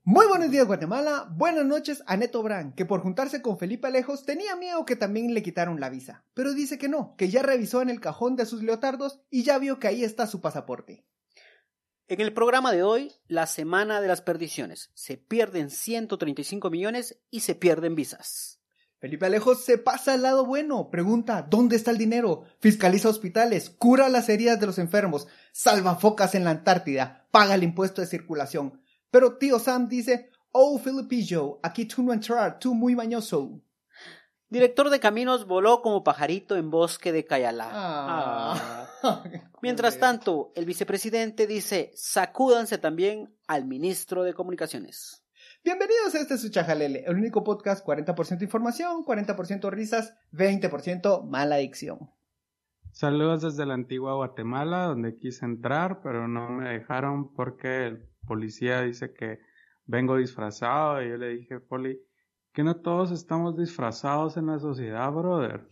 Muy buenos días, Guatemala. Buenas noches a Neto Brand, que por juntarse con Felipe Alejos tenía miedo que también le quitaron la visa. Pero dice que no, que ya revisó en el cajón de sus leotardos y ya vio que ahí está su pasaporte. En el programa de hoy, la semana de las perdiciones. Se pierden 135 millones y se pierden visas. Felipe Alejos se pasa al lado bueno, pregunta ¿dónde está el dinero? Fiscaliza hospitales, cura las heridas de los enfermos, salva focas en la Antártida, paga el impuesto de circulación. Pero tío Sam dice, oh Filipillo, aquí tú no entrar, tú muy mañoso. Director de caminos voló como pajarito en bosque de Cayalá. Mientras tanto, el vicepresidente dice, sacúdanse también al ministro de Comunicaciones. Bienvenidos a este su Chajalele, el único podcast 40% información, 40% risas, 20% mala adicción. Saludos desde la antigua Guatemala, donde quise entrar, pero no me dejaron porque el policía dice que vengo disfrazado. Y yo le dije, Poli, que no todos estamos disfrazados en la sociedad, brother.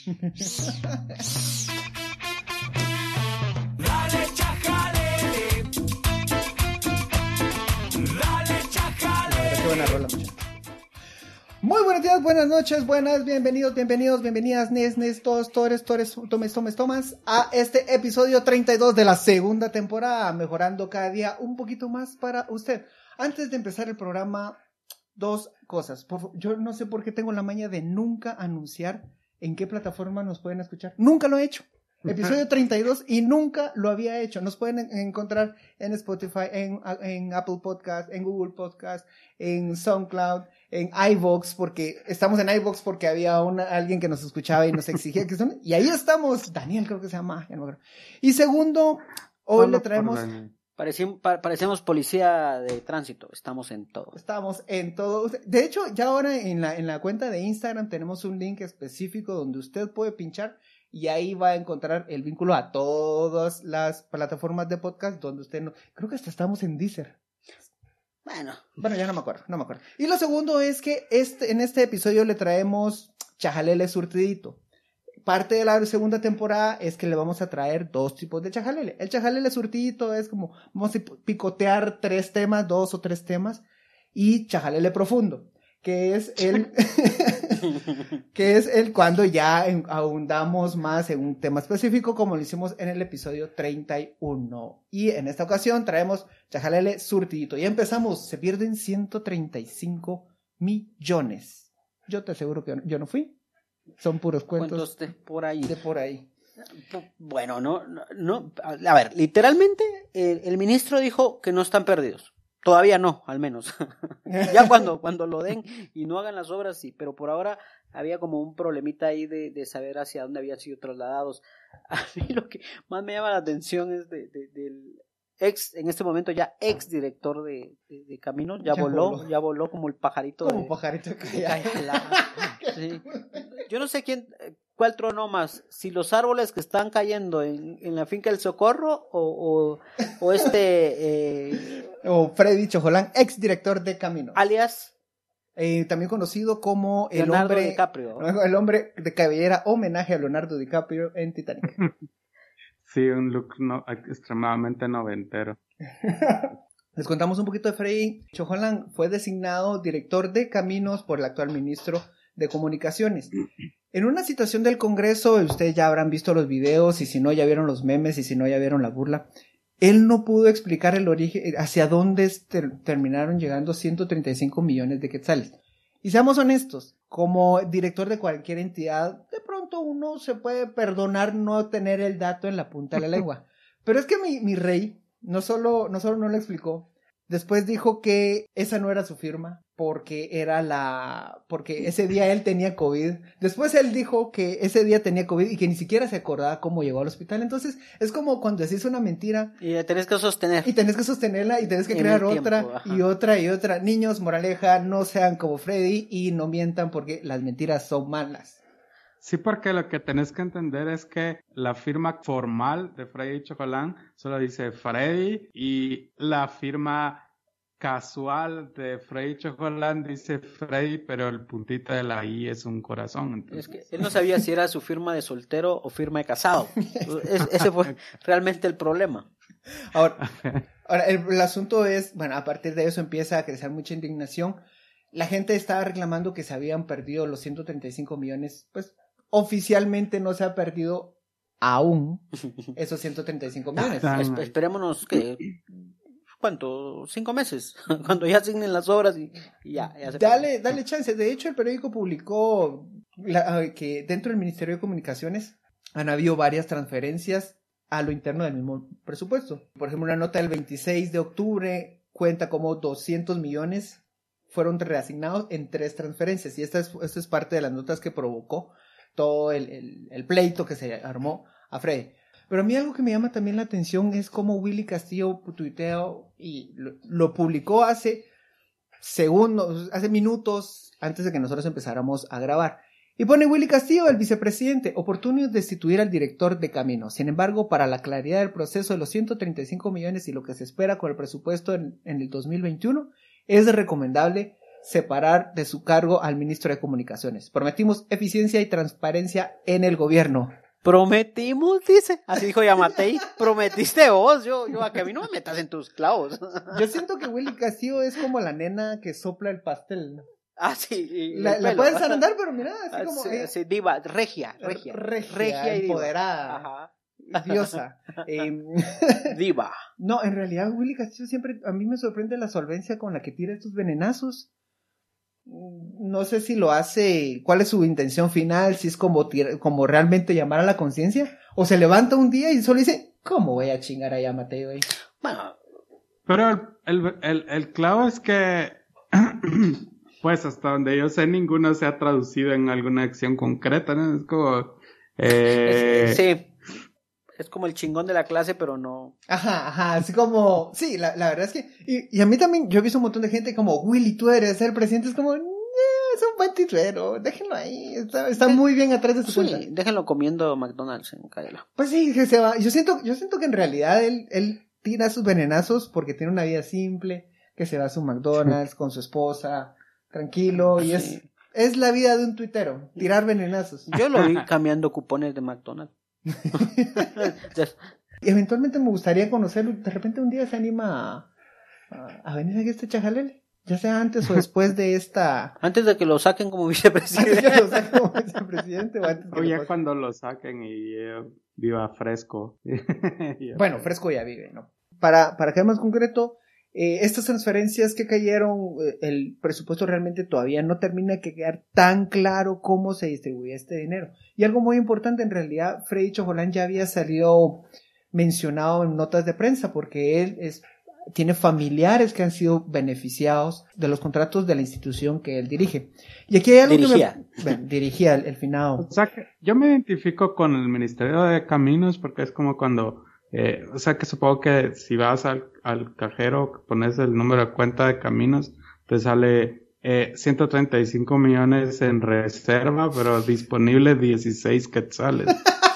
Dale chajalele, dale chajalele. Qué buena rola, muchachos. Muy buenos días, buenas noches, bienvenidos, bienvenidas, Nes, todos, tomes, a este episodio 32 de la segunda temporada, mejorando cada día un poquito más para usted. Antes de empezar el programa, dos cosas. Yo no sé por qué tengo la maña de nunca anunciar en qué plataforma nos pueden escuchar. Nunca lo he hecho. Episodio 32 y nunca lo había hecho. Nos pueden encontrar en Spotify, en Apple Podcast, en Google Podcast, en SoundCloud, en iVoox, porque estamos en iVoox porque había alguien que nos escuchaba y nos exigía que son, y ahí estamos. Daniel creo que se llama. Ya no me acuerdo. Y segundo, hoy le traemos... Parecemos policía de tránsito, estamos en todo. Estamos en todo. De hecho, ya ahora en la cuenta de Instagram tenemos un link específico donde usted puede pinchar y ahí va a encontrar el vínculo a todas las plataformas de podcast donde usted no... Creo que hasta estamos en Deezer. Bueno, ya no me acuerdo. Y lo segundo es que en este episodio le traemos chajalele surtidito. Parte de la segunda temporada es que le vamos a traer dos tipos de chajalele. El chajalele surtidito es como, vamos a picotear dos o tres temas, y chajalele profundo, que es el cuando ya ahondamos más en un tema específico, como lo hicimos en el episodio 31. Y en esta ocasión traemos chajalele surtidito. Y empezamos, se pierden 135 millones. Yo te aseguro que yo no fui. Son puros cuentos de por ahí. Bueno, no. A ver, literalmente el ministro dijo que no están perdidos. Todavía no, al menos. Ya cuando lo den y no hagan las obras, sí. Pero por ahora había como un problemita ahí de saber hacia dónde habían sido trasladados. A mí lo que más me llama la atención es del en este momento ya ex director de Caminos, ya voló como el pajarito. Como pajarito de Cayalá. Sí. Yo no sé cuál tronó más, si los árboles que están cayendo en la finca del Socorro o o Freddy Chojolán, ex director de Caminos. Alias también conocido como Leonardo DiCaprio. El hombre de cabellera, homenaje a Leonardo DiCaprio en Titanic. Sí, un look extremadamente noventero. Les contamos un poquito de Freddy Chojolán. Fue designado director de Caminos por el actual ministro de Comunicaciones. En una situación del Congreso, ustedes ya habrán visto los videos, y si no ya vieron los memes, y si no ya vieron la burla. Él no pudo explicar el origen, hacia dónde terminaron llegando 135 millones de quetzales. Y seamos honestos, como director de cualquier entidad, de pronto uno se puede perdonar no tener el dato en la punta de la lengua. Pero es que mi rey no solo no lo explicó, después dijo que esa no era su firma, porque ese día él tenía COVID. Después él dijo que ese día tenía COVID y que ni siquiera se acordaba cómo llegó al hospital. Entonces es como cuando decís una mentira y la tenés que sostener. Y tenés que sostenerla y tenés que crear otra y otra y otra. Niños, moraleja, no sean como Freddy y no mientan porque las mentiras son malas. Sí, porque lo que tenés que entender es que la firma formal de Freddy Chojolán solo dice Freddy, y la firma casual de Freddy Chojolán dice Freddy, pero el puntito de la I es un corazón. Entonces... Es que él no sabía si era su firma de soltero o firma de casado. Ese fue realmente el problema. Ahora, Ahora, el asunto es, bueno, a partir de eso empieza a crecer mucha indignación. La gente estaba reclamando que se habían perdido los 135 millones. Pues oficialmente no se ha perdido aún esos 135 millones. Esperémonos que... ¿Cuánto? 5 meses. Cuando ya asignen las obras y ya se Dale chance. De hecho, el periódico publicó que dentro del Ministerio de Comunicaciones han habido varias transferencias a lo interno del mismo presupuesto. Por ejemplo, una nota del 26 de octubre cuenta como 200 millones fueron reasignados en 3 transferencias. Y esta es parte de las notas que provocó todo el pleito que se armó a Freddy. Pero a mí algo que me llama también la atención es cómo Willy Castillo tuiteó y lo publicó hace minutos antes de que nosotros empezáramos a grabar. Y pone Willy Castillo, el vicepresidente, oportuno destituir al director de Caminos. Sin embargo, para la claridad del proceso de los 135 millones y lo que se espera con el presupuesto en el 2021, es recomendable separar de su cargo al ministro de Comunicaciones. Prometimos eficiencia y transparencia en el gobierno. Prometimos, dice. Así dijo Yamatei. Prometiste vos. Yo a que a mí no me metas en tus clavos. Yo siento que Willy Castillo es como la nena que sopla el pastel. Ah, sí. La pueden andar, pero mira, así como... Sí, diva, regia y empoderada. Ajá. Diosa. Diva. No, en realidad Willy Castillo siempre, a mí me sorprende la solvencia con la que tira estos venenazos. No sé si lo hace, cuál es su intención final, si es como realmente llamar a la conciencia, o se levanta un día y solo dice, ¿cómo voy a chingar a Yamatei hoy? Bueno. Pero el clavo es que, pues hasta donde yo sé, ninguno se ha traducido en alguna acción concreta, ¿no? Es como... Sí. Es como el chingón de la clase, pero no... Ajá, así como... Sí, la verdad es que... Y a mí también, yo he visto un montón de gente como, Willy, tú eres el presidente, es como... es un buen tituero, déjenlo ahí, está muy bien atrás de su cuenta. Sí, déjenlo comiendo McDonald's en Cadela. Pues sí, que se va. Yo siento que en realidad él tira sus venenazos porque tiene una vida simple, que se va a su McDonald's con su esposa, tranquilo, y es la vida de un tuitero, tirar venenazos. Yo lo vi cambiando cupones de McDonald's. Eventualmente me gustaría conocerlo. De repente un día se anima a venir aquí a este chajalele, ya sea antes o después de esta... Antes de que lo saquen como vicepresidente. Antes que lo saquen como vicepresidente o ya cuando lo saquen y viva fresco. Bueno, fresco ya vive, ¿no? Para quedar más concreto, estas transferencias que cayeron, el presupuesto realmente todavía no termina de quedar tan claro cómo se distribuye este dinero. Y algo muy importante, en realidad, Freddy Chojolán ya había salido mencionado en notas de prensa porque él tiene familiares que han sido beneficiados de los contratos de la institución que él dirige. Y aquí hay algo dirigía el finado. O sea, que yo me identifico con el Ministerio de Caminos porque es como cuando... o sea que supongo que si vas al cajero, pones el número de cuenta de Caminos, te sale 135 millones en reserva, pero disponible 16 quetzales.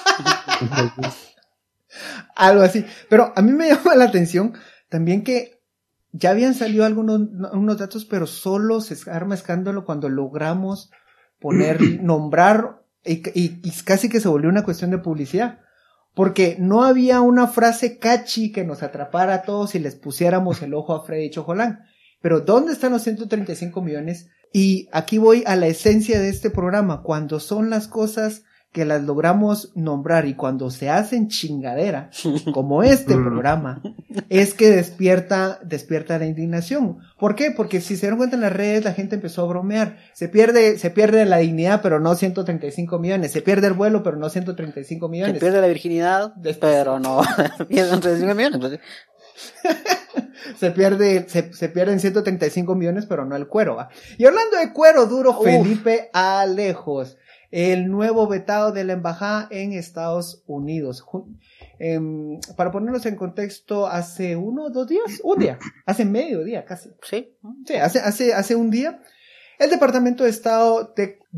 Algo así. Pero a mí me llama la atención también que ya habían salido unos datos, pero solo se arma escándalo cuando logramos nombrar y casi que se volvió una cuestión de publicidad. Porque no había una frase catchy que nos atrapara a todos y les pusiéramos el ojo a Freddy Chojolán. Pero ¿dónde están los 135 millones? Y aquí voy a la esencia de este programa. Cuando son las cosas que las logramos nombrar y cuando se hacen chingadera, como este programa, es que despierta la indignación. ¿Por qué? Porque si se dieron cuenta en las redes, la gente empezó a bromear. Se pierde la dignidad, pero no 135 millones. Se pierde el vuelo, pero no 135 millones. Se pierde la virginidad, pero no 135 millones. Se pierden 135 millones, pero no el cuero, ¿va? Y hablando de cuero duro, Felipe Alejos, el nuevo vetado de la embajada en Estados Unidos. Para ponernos en contexto, hace hace medio día casi. Sí, hace un día, el Departamento de Estado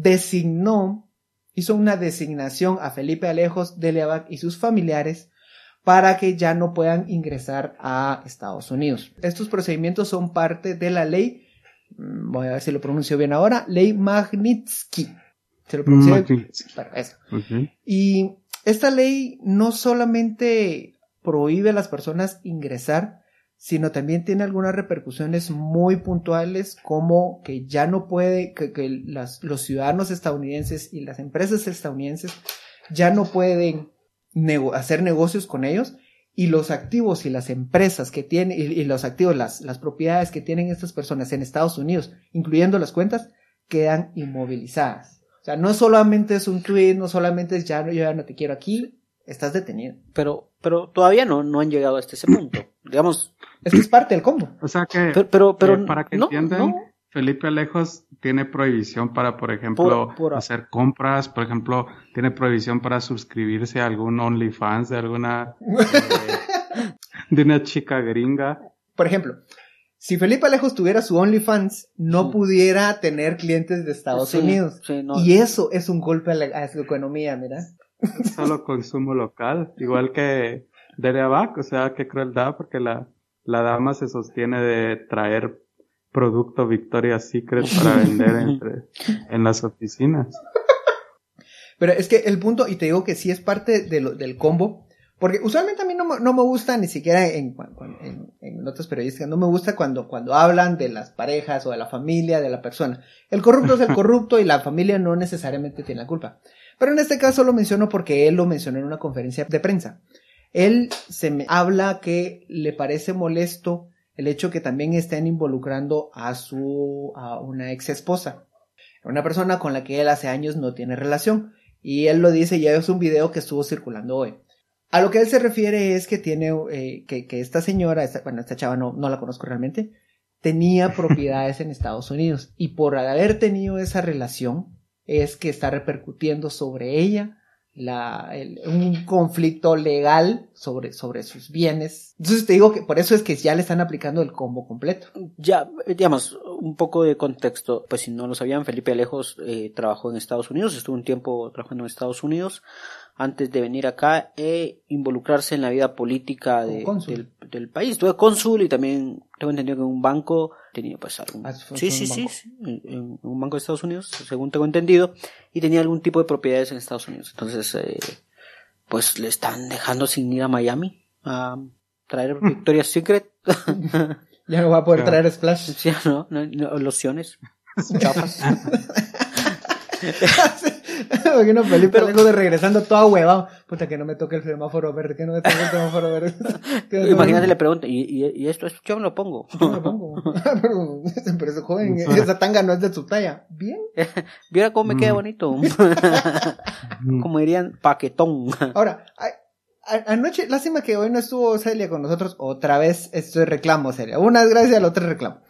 hizo una designación a Felipe Alejos de Levac y sus familiares para que ya no puedan ingresar a Estados Unidos. Estos procedimientos son parte de la ley, voy a ver si lo pronuncio bien ahora, ley Magnitsky. Se lo pronuncié para eso. Okay. Y esta ley no solamente prohíbe a las personas ingresar, sino también tiene algunas repercusiones muy puntuales, como que ya no puede, que los ciudadanos estadounidenses y las empresas estadounidenses ya no pueden hacer negocios con ellos, y los activos y las empresas que tienen, y los activos, las propiedades que tienen estas personas en Estados Unidos, incluyendo las cuentas, quedan inmovilizadas. O sea, no solamente es un tweet, no solamente es yo ya no te quiero aquí, estás detenido. Pero todavía no han llegado hasta ese punto. Digamos, Es que es parte del combo. O sea que, pero para que no, entiendan, no. Felipe Alejos tiene prohibición para, por ejemplo, Por- hacer compras, por ejemplo, tiene prohibición para suscribirse a algún OnlyFans de alguna, de una chica gringa. Por ejemplo, si Felipe Alejos tuviera su OnlyFans, no Sí. pudiera tener clientes de Estados Sí, Unidos. sí, no. Y eso es un golpe a su economía, mira. Solo consumo local, igual que Delia Bach, o sea, qué crueldad, porque la dama se sostiene de traer producto Victoria's Secret para vender en las oficinas. Pero es que el punto, y te digo que sí es parte del combo, porque usualmente a mí no me gusta, ni siquiera en notas periodísticas, no me gusta cuando hablan de las parejas o de la familia de la persona. El corrupto es el corrupto y la familia no necesariamente tiene la culpa. Pero en este caso lo menciono porque él lo mencionó en una conferencia de prensa. Él habla que le parece molesto el hecho que también estén involucrando a una ex esposa, una persona con la que él hace años no tiene relación. Y él lo dice, ya es un video que estuvo circulando hoy. A lo que él se refiere es que tiene, que esta señora, esta chava no la conozco realmente, tenía propiedades en Estados Unidos. Y por haber tenido esa relación, es que está repercutiendo sobre ella un conflicto legal sobre sus bienes. Entonces te digo que por eso es que ya le están aplicando el combo completo. Ya, digamos, un poco de contexto, pues si no lo sabían, Felipe Alejos trabajó en Estados Unidos, estuvo un tiempo trabajando en Estados Unidos antes de venir acá e involucrarse en la vida política del país. Estuve cónsul y también tengo entendido que en un banco tenía pues algún... Sí, en un banco de Estados Unidos, según tengo entendido, y tenía algún tipo de propiedades en Estados Unidos. Entonces, pues le están dejando sin ir a Miami a traer Victoria's Secret. Ya no va a poder traer Splash. Sí, no, lociones, chafas. Imagino Felipe Alejos de regresando todo huevado. Puta, que no me toque el semáforo verde, que no me toque el semáforo verde. Imagínate, le pregunto, ¿y esto yo me lo pongo? Yo me lo pongo. Pero ese joven, esa tanga no es de su talla. Bien. ¿Viera cómo me queda bonito? Como dirían, paquetón. Ahora, anoche, lástima que hoy no estuvo Celia con nosotros. Otra vez estoy reclamo, Celia. Unas gracias, la otra reclamo.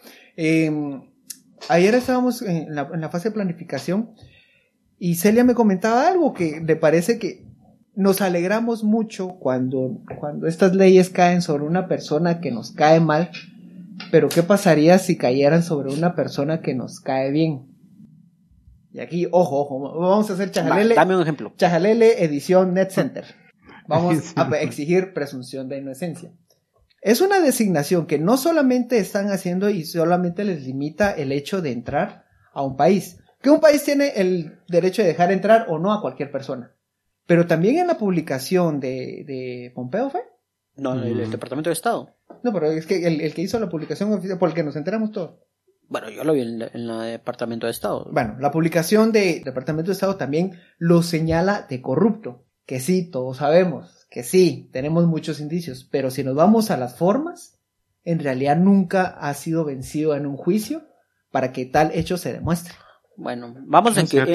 Ayer estábamos en la fase de planificación y Celia me comentaba algo que le parece que nos alegramos mucho cuando estas leyes caen sobre una persona que nos cae mal, pero ¿qué pasaría si cayeran sobre una persona que nos cae bien? Y aquí, ojo, vamos a hacer chajalele. Dame un ejemplo. Chajalele edición Net Center. Vamos a exigir presunción de inocencia. Es una designación que no solamente están haciendo y solamente les limita el hecho de entrar a un país. Que un país tiene el derecho de dejar entrar o no a cualquier persona. Pero también en la publicación de Pompeo, ¿fue? No, el Departamento de Estado. No, pero es que el que hizo la publicación oficial, por el que nos enteramos todos. Bueno, yo lo vi en la Departamento de Estado. Bueno, la publicación de Departamento de Estado también lo señala de corrupto. Que sí, todos sabemos. Que sí, tenemos muchos indicios. Pero si nos vamos a las formas, en realidad nunca ha sido vencido en un juicio para que tal hecho se demuestre. Bueno, vamos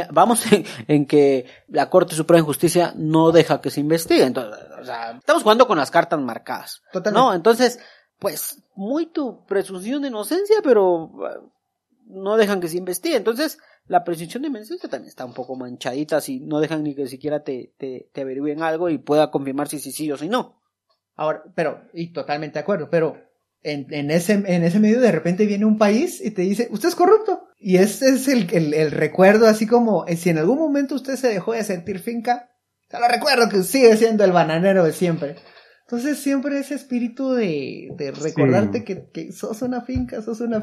en que la Corte Suprema de Justicia no deja que se investigue. Entonces, o sea, estamos jugando con las cartas marcadas. Totalmente. No, entonces, pues, muy tu presunción de inocencia, pero no dejan que se investigue. Entonces, la presunción de inocencia también está un poco manchadita si no dejan ni que siquiera te averigüen algo y pueda confirmar si sí o si no. Ahora, y totalmente de acuerdo, pero en ese medio de repente viene un país y te dice, usted es corrupto. Y este es el recuerdo, así como si en algún momento usted se dejó de sentir finca, se lo recuerdo que sigue siendo el bananero de siempre. Entonces siempre ese espíritu de recordarte que sos una finca,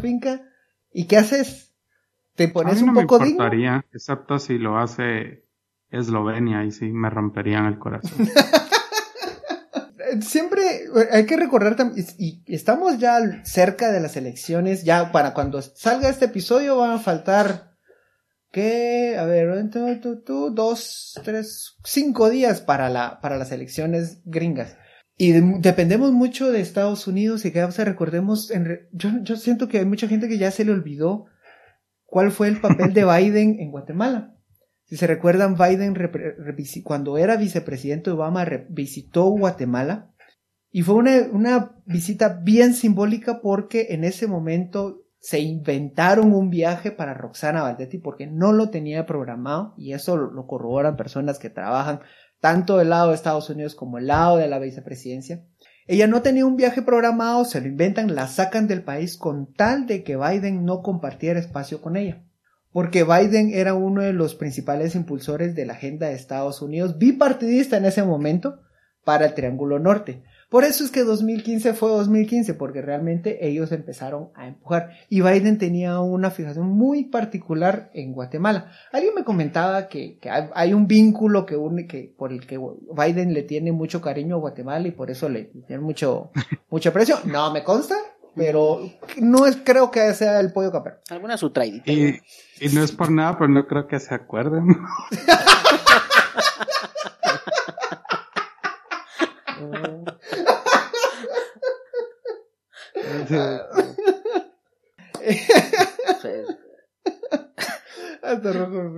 ¿y qué haces? Te pones un poco digno. A mí no me importaría, excepto si lo hace Eslovenia, y sí me romperían el corazón. siempre hay que recordar y estamos ya cerca de las elecciones, ya para cuando salga este episodio van a faltar, ¿qué? A ver, 2, 3, 5 días para las elecciones gringas. Y dependemos mucho de Estados Unidos y que recordemos, yo siento que hay mucha gente que ya se le olvidó cuál fue el papel de Biden en Guatemala. Si se recuerdan, Biden cuando era vicepresidente Obama visitó Guatemala y fue una visita bien simbólica porque en ese momento se inventaron un viaje para Roxana Valdetti porque no lo tenía programado y eso lo corroboran personas que trabajan tanto del lado de Estados Unidos como del lado de la vicepresidencia. Ella no tenía un viaje programado, se lo inventan, la sacan del país con tal de que Biden no compartiera espacio con ella. Porque Biden era uno de los principales impulsores de la agenda de Estados Unidos, bipartidista en ese momento, para el Triángulo Norte. Por eso es que 2015 fue 2015, porque realmente ellos empezaron a empujar. Y Biden tenía una fijación muy particular en Guatemala. Alguien me comentaba que hay un vínculo por el que Biden le tiene mucho cariño a Guatemala y por eso le tiene mucho aprecio. No me consta, pero no creo que sea el pollo campero. Alguna su traidita. Y no es por nada, pero no creo que se acuerden. Hasta rojo.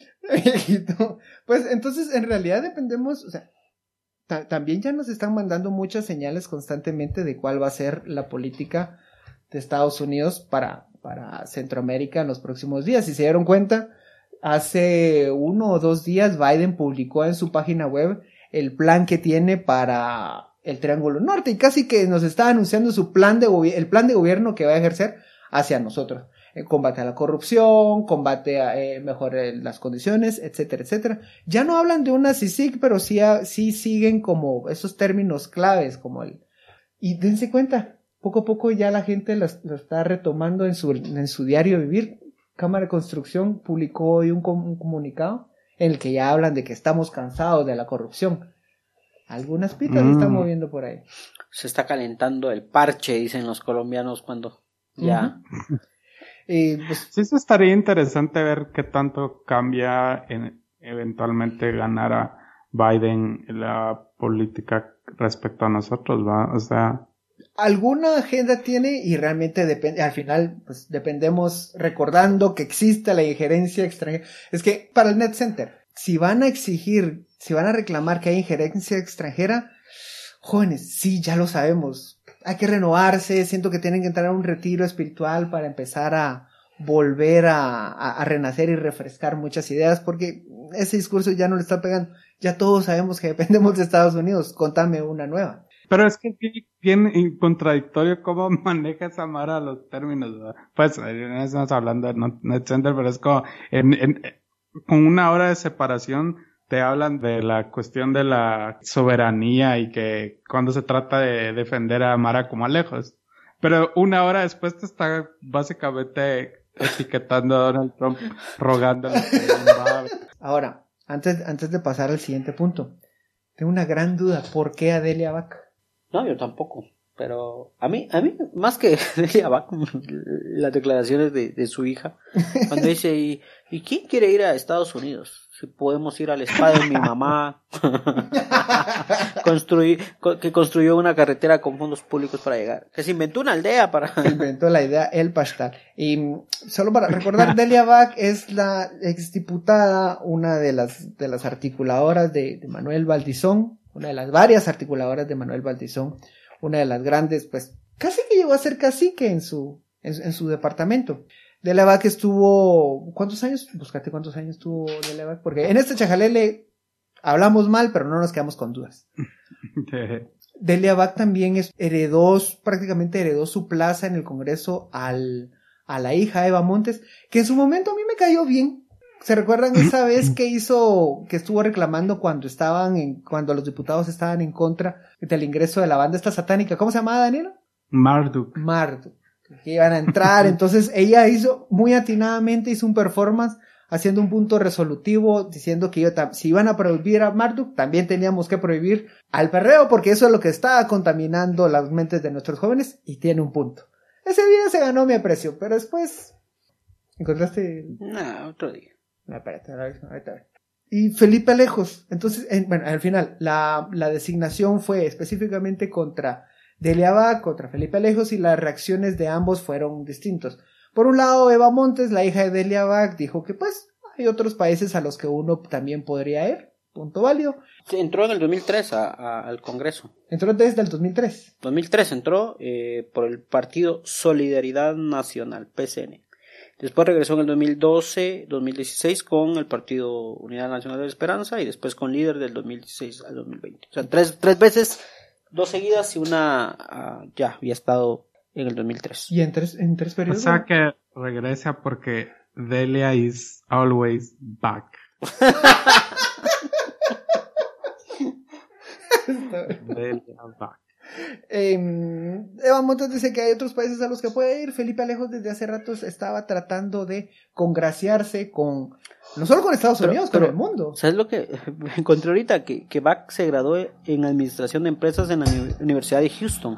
Pues entonces en realidad dependemos, o sea, también ya nos están mandando muchas señales constantemente de cuál va a ser la política de Estados Unidos para Centroamérica en los próximos días. Si se dieron cuenta, hace 1 o 2 días Biden publicó en su página web el plan que tiene para el Triángulo Norte y casi que nos está anunciando su el plan de gobierno que va a ejercer hacia nosotros. Combate a la corrupción, combate a mejorar las condiciones, etcétera, etcétera. Ya no hablan de una CICIG, pero sí siguen como esos términos claves como y dense cuenta, poco a poco ya la gente lo está retomando en su diario vivir. Cámara de Construcción publicó hoy un comunicado en el que ya hablan de que estamos cansados de la corrupción. Algunas pitas se están moviendo por ahí. Se está calentando el parche, dicen los colombianos cuando ya... Pues, sí, eso estaría interesante ver qué tanto cambia eventualmente ganar a Biden la política respecto a nosotros, ¿va? O sea... Alguna agenda tiene y realmente depende, al final pues dependemos recordando que existe la injerencia extranjera. Es que para el Net Center, si van a reclamar que hay injerencia extranjera, jóvenes, sí, ya lo sabemos. Hay que renovarse, siento que tienen que entrar a un retiro espiritual para empezar a volver a renacer y refrescar muchas ideas, porque ese discurso ya no le está pegando. Ya todos sabemos que dependemos de Estados Unidos, contame una nueva. Pero es que bien contradictorio cómo maneja Samara los términos, ¿verdad? Pues no estamos hablando de Net Center, pero es como con 1 hora de separación te hablan de la cuestión de la soberanía y que cuando se trata de defender a Mara como a lejos. Pero 1 hora después te está básicamente etiquetando a Donald Trump, rogándole. Ahora, antes de pasar al siguiente punto, tengo una gran duda. ¿Por qué Adelia Bac? No, yo tampoco. Pero a mí, más que Delia Bac, las declaraciones de su hija, cuando dice, ¿y quién quiere ir a Estados Unidos? Si podemos ir al spa de mi mamá, que construyó una carretera con fondos públicos para llegar, que se inventó una aldea para... Inventó la idea El Pastal. Y solo para recordar, Delia Bac es la exdiputada, una de las articuladoras de Manuel Valdizón, una de las varias articuladoras de Manuel Valdizón, una de las grandes, pues, casi que llegó a ser cacique en su departamento. Delia Bac estuvo, ¿cuántos años? Búscate cuántos años estuvo Delia Bac, porque en este chajalele hablamos mal, pero no nos quedamos con dudas. Delia Bac también prácticamente heredó su plaza en el Congreso a la hija Eva Montes, que en su momento a mí me cayó bien. ¿Se recuerdan esa vez que estuvo reclamando cuando los diputados estaban en contra del ingreso de la banda esta satánica? ¿Cómo se llamaba, Daniela? Marduk. Que iban a entrar. Entonces ella muy atinadamente hizo un performance haciendo un punto resolutivo, diciendo que si iban a prohibir a Marduk, también teníamos que prohibir al perreo, porque eso es lo que está contaminando las mentes de nuestros jóvenes, y tiene un punto. Ese día se ganó mi aprecio, pero después... ¿Encontraste? No, otro día. No, espérate, ahorita. Y Felipe Alejos, entonces, bueno, al final, la designación fue específicamente contra Delia Bach, contra Felipe Alejos, y las reacciones de ambos fueron distintos. Por un lado, Eva Montes, la hija de Delia Bach, dijo que pues hay otros países a los que uno también podría ir, punto válido. Entró en el 2003 al Congreso. Entró desde el 2003. 2003 entró por el Partido Solidaridad Nacional, PSN. Después regresó en el 2012, 2016 con el Partido Unidad Nacional de la Esperanza y después con líder del 2016 al 2020. O sea, tres veces, 2 seguidas y una ya había estado en el 2003. ¿Y en tres O periodos? sea que regresa porque Delia is always back. Delia back. Eva Montes dice que hay otros países a los que puede ir. Felipe Alejos desde hace rato estaba tratando de congraciarse con, no solo con Estados Unidos, con el mundo. ¿Sabes lo que encontré ahorita? Que Bach se graduó en Administración de Empresas en la Universidad de Houston.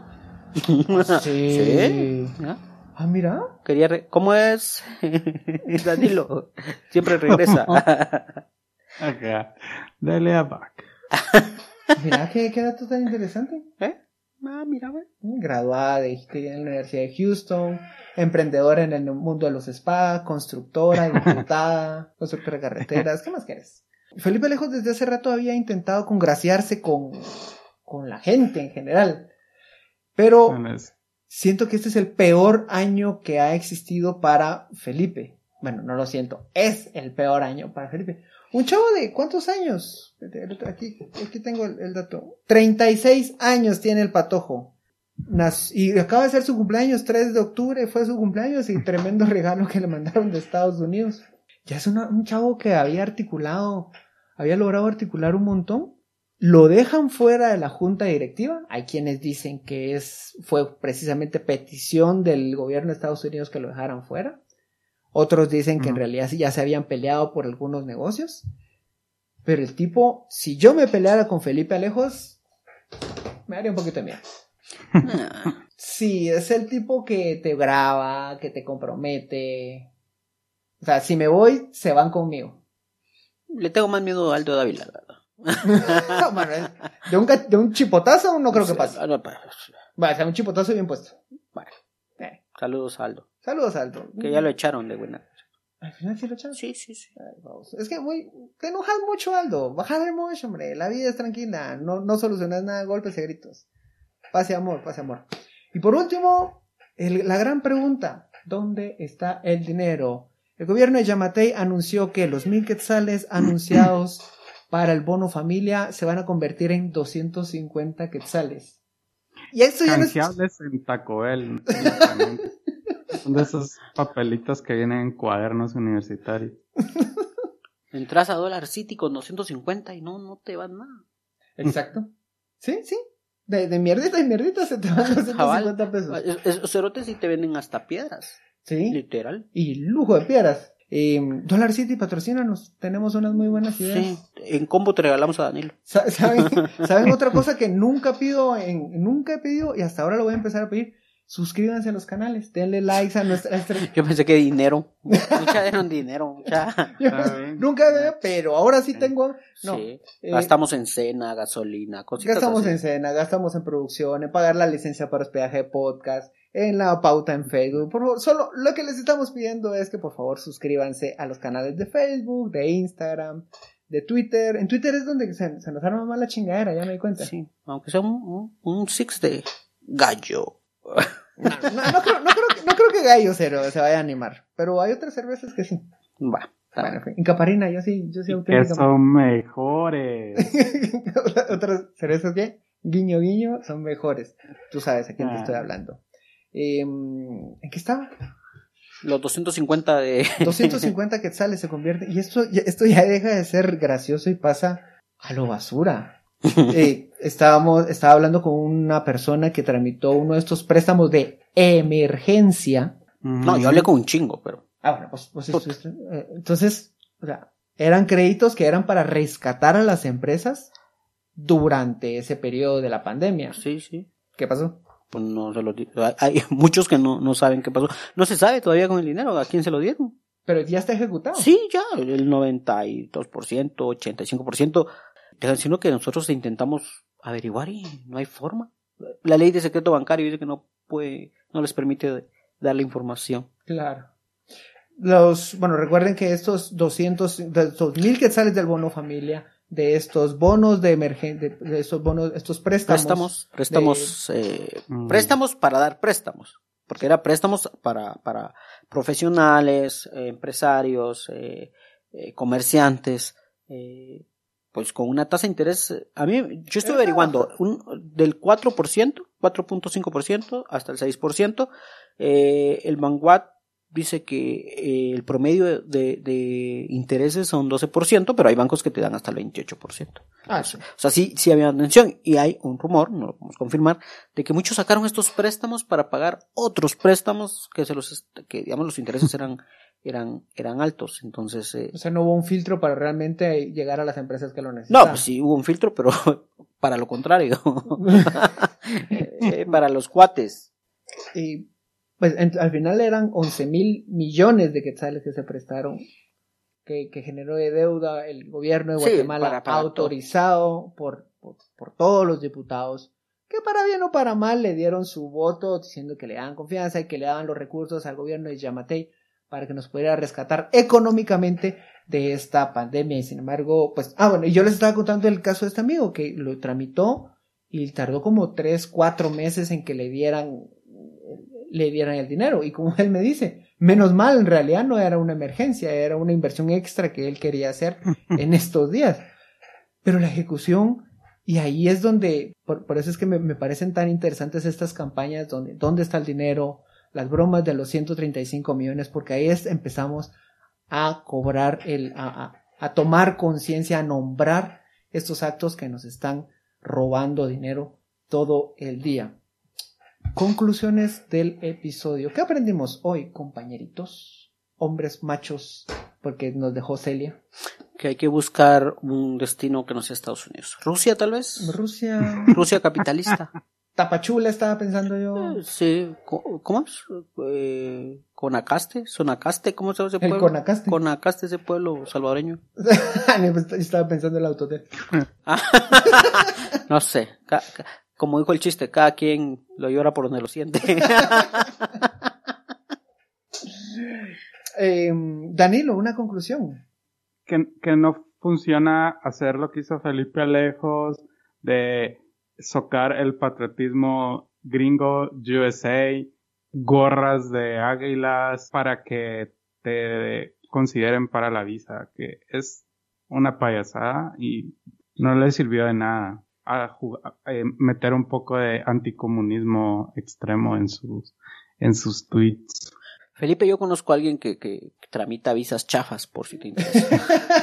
Sí. ¿Ya? Ah, mira. ¿Cómo es? Danilo siempre regresa. Acá. Delia back. Mira qué dato tan interesante. Mira, güey. Graduada en la Universidad de Houston, emprendedora en el mundo de los spa, constructora, diputada, constructora de carreteras. ¿Qué más quieres? Felipe Alejos desde hace rato había intentado congraciarse con la gente en general, pero siento que este es el peor año que ha existido para Felipe. Bueno, no lo siento, es el peor año para Felipe. Un chavo de ¿cuántos años? Aquí tengo el dato. 36 años tiene el patojo. Y acaba de ser su cumpleaños, 3 de octubre fue su cumpleaños, y tremendo regalo que le mandaron de Estados Unidos. Ya es un chavo que había logrado articular un montón. Lo dejan fuera de la junta directiva. Hay quienes dicen que fue precisamente petición del gobierno de Estados Unidos que lo dejaran fuera. Otros dicen que en realidad ya se habían peleado por algunos negocios. Pero el tipo, si yo me peleara con Felipe Alejos, me haría un poquito de miedo. Sí, es el tipo que te graba, que te compromete. O sea, si me voy, se van conmigo. Le tengo más miedo a Aldo Dávila, la verdad. No, bueno, de un chipotazo no creo que pase. Vale, o sea, un chipotazo bien puesto. Vale. Saludos a Aldo. Saludos, Aldo. Que ya lo echaron de buena. ¿Al final sí lo echaron? Sí. Ay, vamos. Es que te enojas mucho, Aldo. Bájale mucho, hombre. La vida es tranquila. No solucionas nada, golpes y gritos. Pase amor. Y por último, la gran pregunta. ¿Dónde está el dinero? El gobierno de Yamatei anunció que los 1,000 quetzales anunciados para el bono familia se van a convertir en 250 quetzales. Y eso ya canjeables en Taco Bell. Son de esos papelitos que vienen en cuadernos universitarios. Entras a Dollar City con 250 y no te van nada. Exacto. Sí. De mierdita y mierdita se te van 250 pesos. Esos cerotes sí te venden hasta piedras. Sí. Literal. Y lujo de piedras. Dollar City, patrocínanos. Tenemos unas muy buenas ideas. Sí. En combo te regalamos a Danilo. ¿Saben otra cosa que nunca he pedido y hasta ahora lo voy a empezar a pedir? Suscríbanse a los canales, denle likes a nuestra... Yo pensé que dinero. Mucha dieron dinero. Nunca había, pero ahora sí tengo... No, sí. Gastamos en cena, gasolina, cositas gastamos así. en cena, gastamos en producción, en pagar la licencia para hospedaje de podcast, en la pauta en Facebook. Por favor, solo lo que les estamos pidiendo es que por favor suscríbanse a los canales de Facebook, de Instagram, de Twitter. En Twitter es donde se nos arma más la chingadera, ya me di cuenta. Sí, aunque sea un six de gallo. No creo que Gallo Cero se vaya a animar, pero hay otras cervezas que sí. Va. Bueno, en Caparina, yo sí que son mejores. Otras cervezas que, guiño, son mejores. Tú sabes a quién te estoy hablando. ¿En qué estaba? Los 250 de... 250 quetzales se convierte, y esto ya deja de ser gracioso y pasa a lo basura. Estaba hablando con una persona que tramitó uno de estos préstamos de emergencia. No, yo hablé con un chingo, pero... Bueno, pues entonces O sea, eran créditos que eran para rescatar a las empresas durante ese periodo de la pandemia. Sí, sí. ¿Qué pasó? Pues no se lo hay muchos que no saben qué pasó. No se sabe todavía con el dinero a quién se lo dieron. Pero ya está ejecutado. Sí, ya, el 92%, 85%. Sino que nosotros intentamos averiguar y no hay forma. La ley de secreto bancario dice que no les permite dar la información. Claro. Recuerden que estos 200,000 quetzales del bono familia, de estos bonos de emergencia, de estos bonos, estos préstamos. Préstamos para dar préstamos. Porque era préstamos para profesionales, empresarios, comerciantes, pues con una tasa de interés, yo estoy averiguando del 4%, 4.5% hasta el 6%, el Vanguard dice que el promedio de intereses son 12%, pero hay bancos que te dan hasta el 28%. Sí. O sea, sí había atención, y hay un rumor, no lo podemos confirmar, de que muchos sacaron estos préstamos para pagar otros préstamos que digamos los intereses eran altos. Entonces, o sea, no hubo un filtro para realmente llegar a las empresas que lo necesitaban. No, pues sí hubo un filtro, pero para lo contrario. Para los cuates. Y pues al final eran 11,000 millones de quetzales que se prestaron, que generó de deuda el gobierno de Guatemala, para autorizado por todos los diputados, que para bien o para mal le dieron su voto diciendo que le daban confianza y que le daban los recursos al gobierno de Yamatei para que nos pudiera rescatar económicamente de esta pandemia. Y sin embargo, pues, y yo les estaba contando el caso de este amigo que lo tramitó y tardó como 3-4 meses en que le dieran el dinero. Y como él me dice, menos mal, en realidad no era una emergencia, era una inversión extra que él quería hacer en estos días. Pero la ejecución, y ahí es donde, por eso es que me parecen tan interesantes estas campañas donde ¿dónde está el dinero? Las bromas de los 135 millones, porque ahí empezamos a cobrar a tomar conciencia, a nombrar estos actos que nos están robando dinero todo el día. Conclusiones del episodio. ¿Qué aprendimos hoy, compañeritos? Hombres machos, porque nos dejó Celia. Que hay que buscar un destino que no sea Estados Unidos. ¿Rusia, tal vez? Rusia capitalista. Tapachula estaba pensando yo. Sí, ¿cómo es? Sonacaste, ¿cómo se llama ese pueblo? El Conacaste. Conacaste, ese pueblo salvadoreño. Estaba pensando en el Autotel. No sé, como dijo el chiste, cada quien lo llora por donde lo siente. Danilo, una conclusión. Que no funciona hacer lo que hizo Felipe Alejos de socar el patriotismo gringo, USA, gorras de águilas para que te consideren para la visa, que es una payasada y no le sirvió de nada meter un poco de anticomunismo extremo en sus tweets. Felipe, yo conozco a alguien que tramita visas chafas, por si te interesa.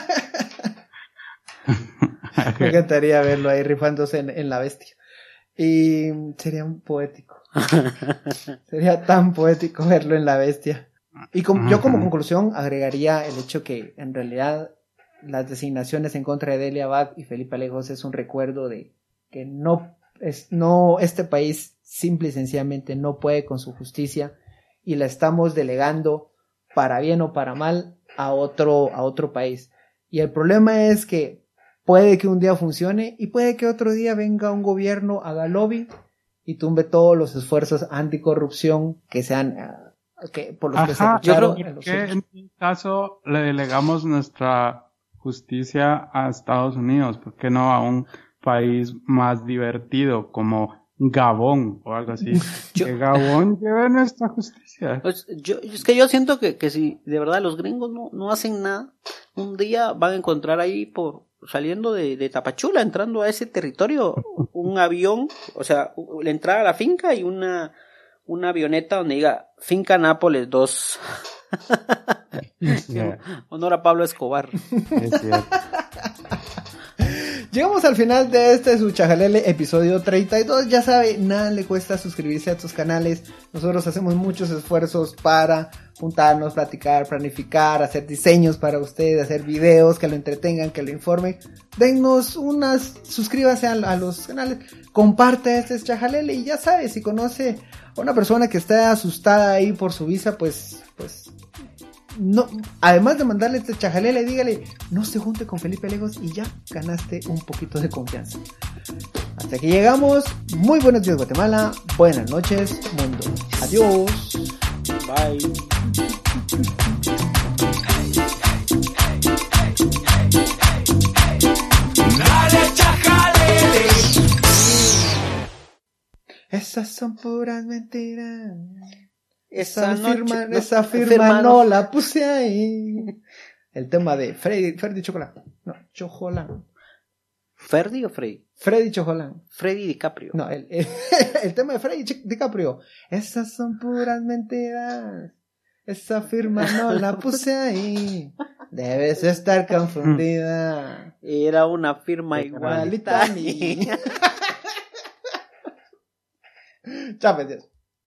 Me encantaría verlo ahí rifándose en la bestia. Y sería un poético. Sería tan poético verlo en la bestia. Y yo como conclusión agregaría el hecho que en realidad las designaciones en contra de Delia Abad y Felipe Alejos es un recuerdo de que este país simple y sencillamente no puede con su justicia y la estamos delegando para bien o para mal a otro país. Y el problema es que puede que un día funcione y puede que otro día venga un gobierno, haga lobby y tumbe todos los esfuerzos anticorrupción que sean por los que se lucharon. Yo creo que en este caso le delegamos nuestra justicia a Estados Unidos, ¿por qué no a un país más divertido como Gabón o algo así? Que Gabón lleve nuestra justicia. Pues es que yo siento que si de verdad los gringos no hacen nada, un día van a encontrar ahí saliendo de Tapachula, entrando a ese territorio, un avión, o sea, la entrada a la finca y una avioneta donde diga Finca Nápoles 2. Yeah. Honor a Pablo Escobar. Es cierto. Llegamos al final de este su Chajalele episodio 32. Ya sabe, nada le cuesta suscribirse a estos canales. Nosotros hacemos muchos esfuerzos para juntarnos, platicar, planificar, hacer diseños para ustedes, hacer videos que lo entretengan, que lo informen. Dennos unas, suscríbase a los canales, comparte este Chajalele y ya sabe, si conoce a una persona que está asustada ahí por su visa, pues no, además de mandarle este Chajalele, dígale, no se junte con Felipe Lejos y ya ganaste un poquito de confianza. Hasta aquí llegamos. Muy buenos días, Guatemala. Buenas noches, mundo. Adiós. Bye. Dale, chajalele. Esas son puras mentiras. Esa Esa firma no la puse ahí. El tema de Freddy Chocolán. No, Chocolán. ¿Ferdi o Freddy? Freddy Chocolán. Freddy DiCaprio. No, el tema de Freddy DiCaprio. Esas son puras mentiras. Esa firma no la puse ahí. Debes estar confundida. Era una firma igualita. Chao, pues, Dios.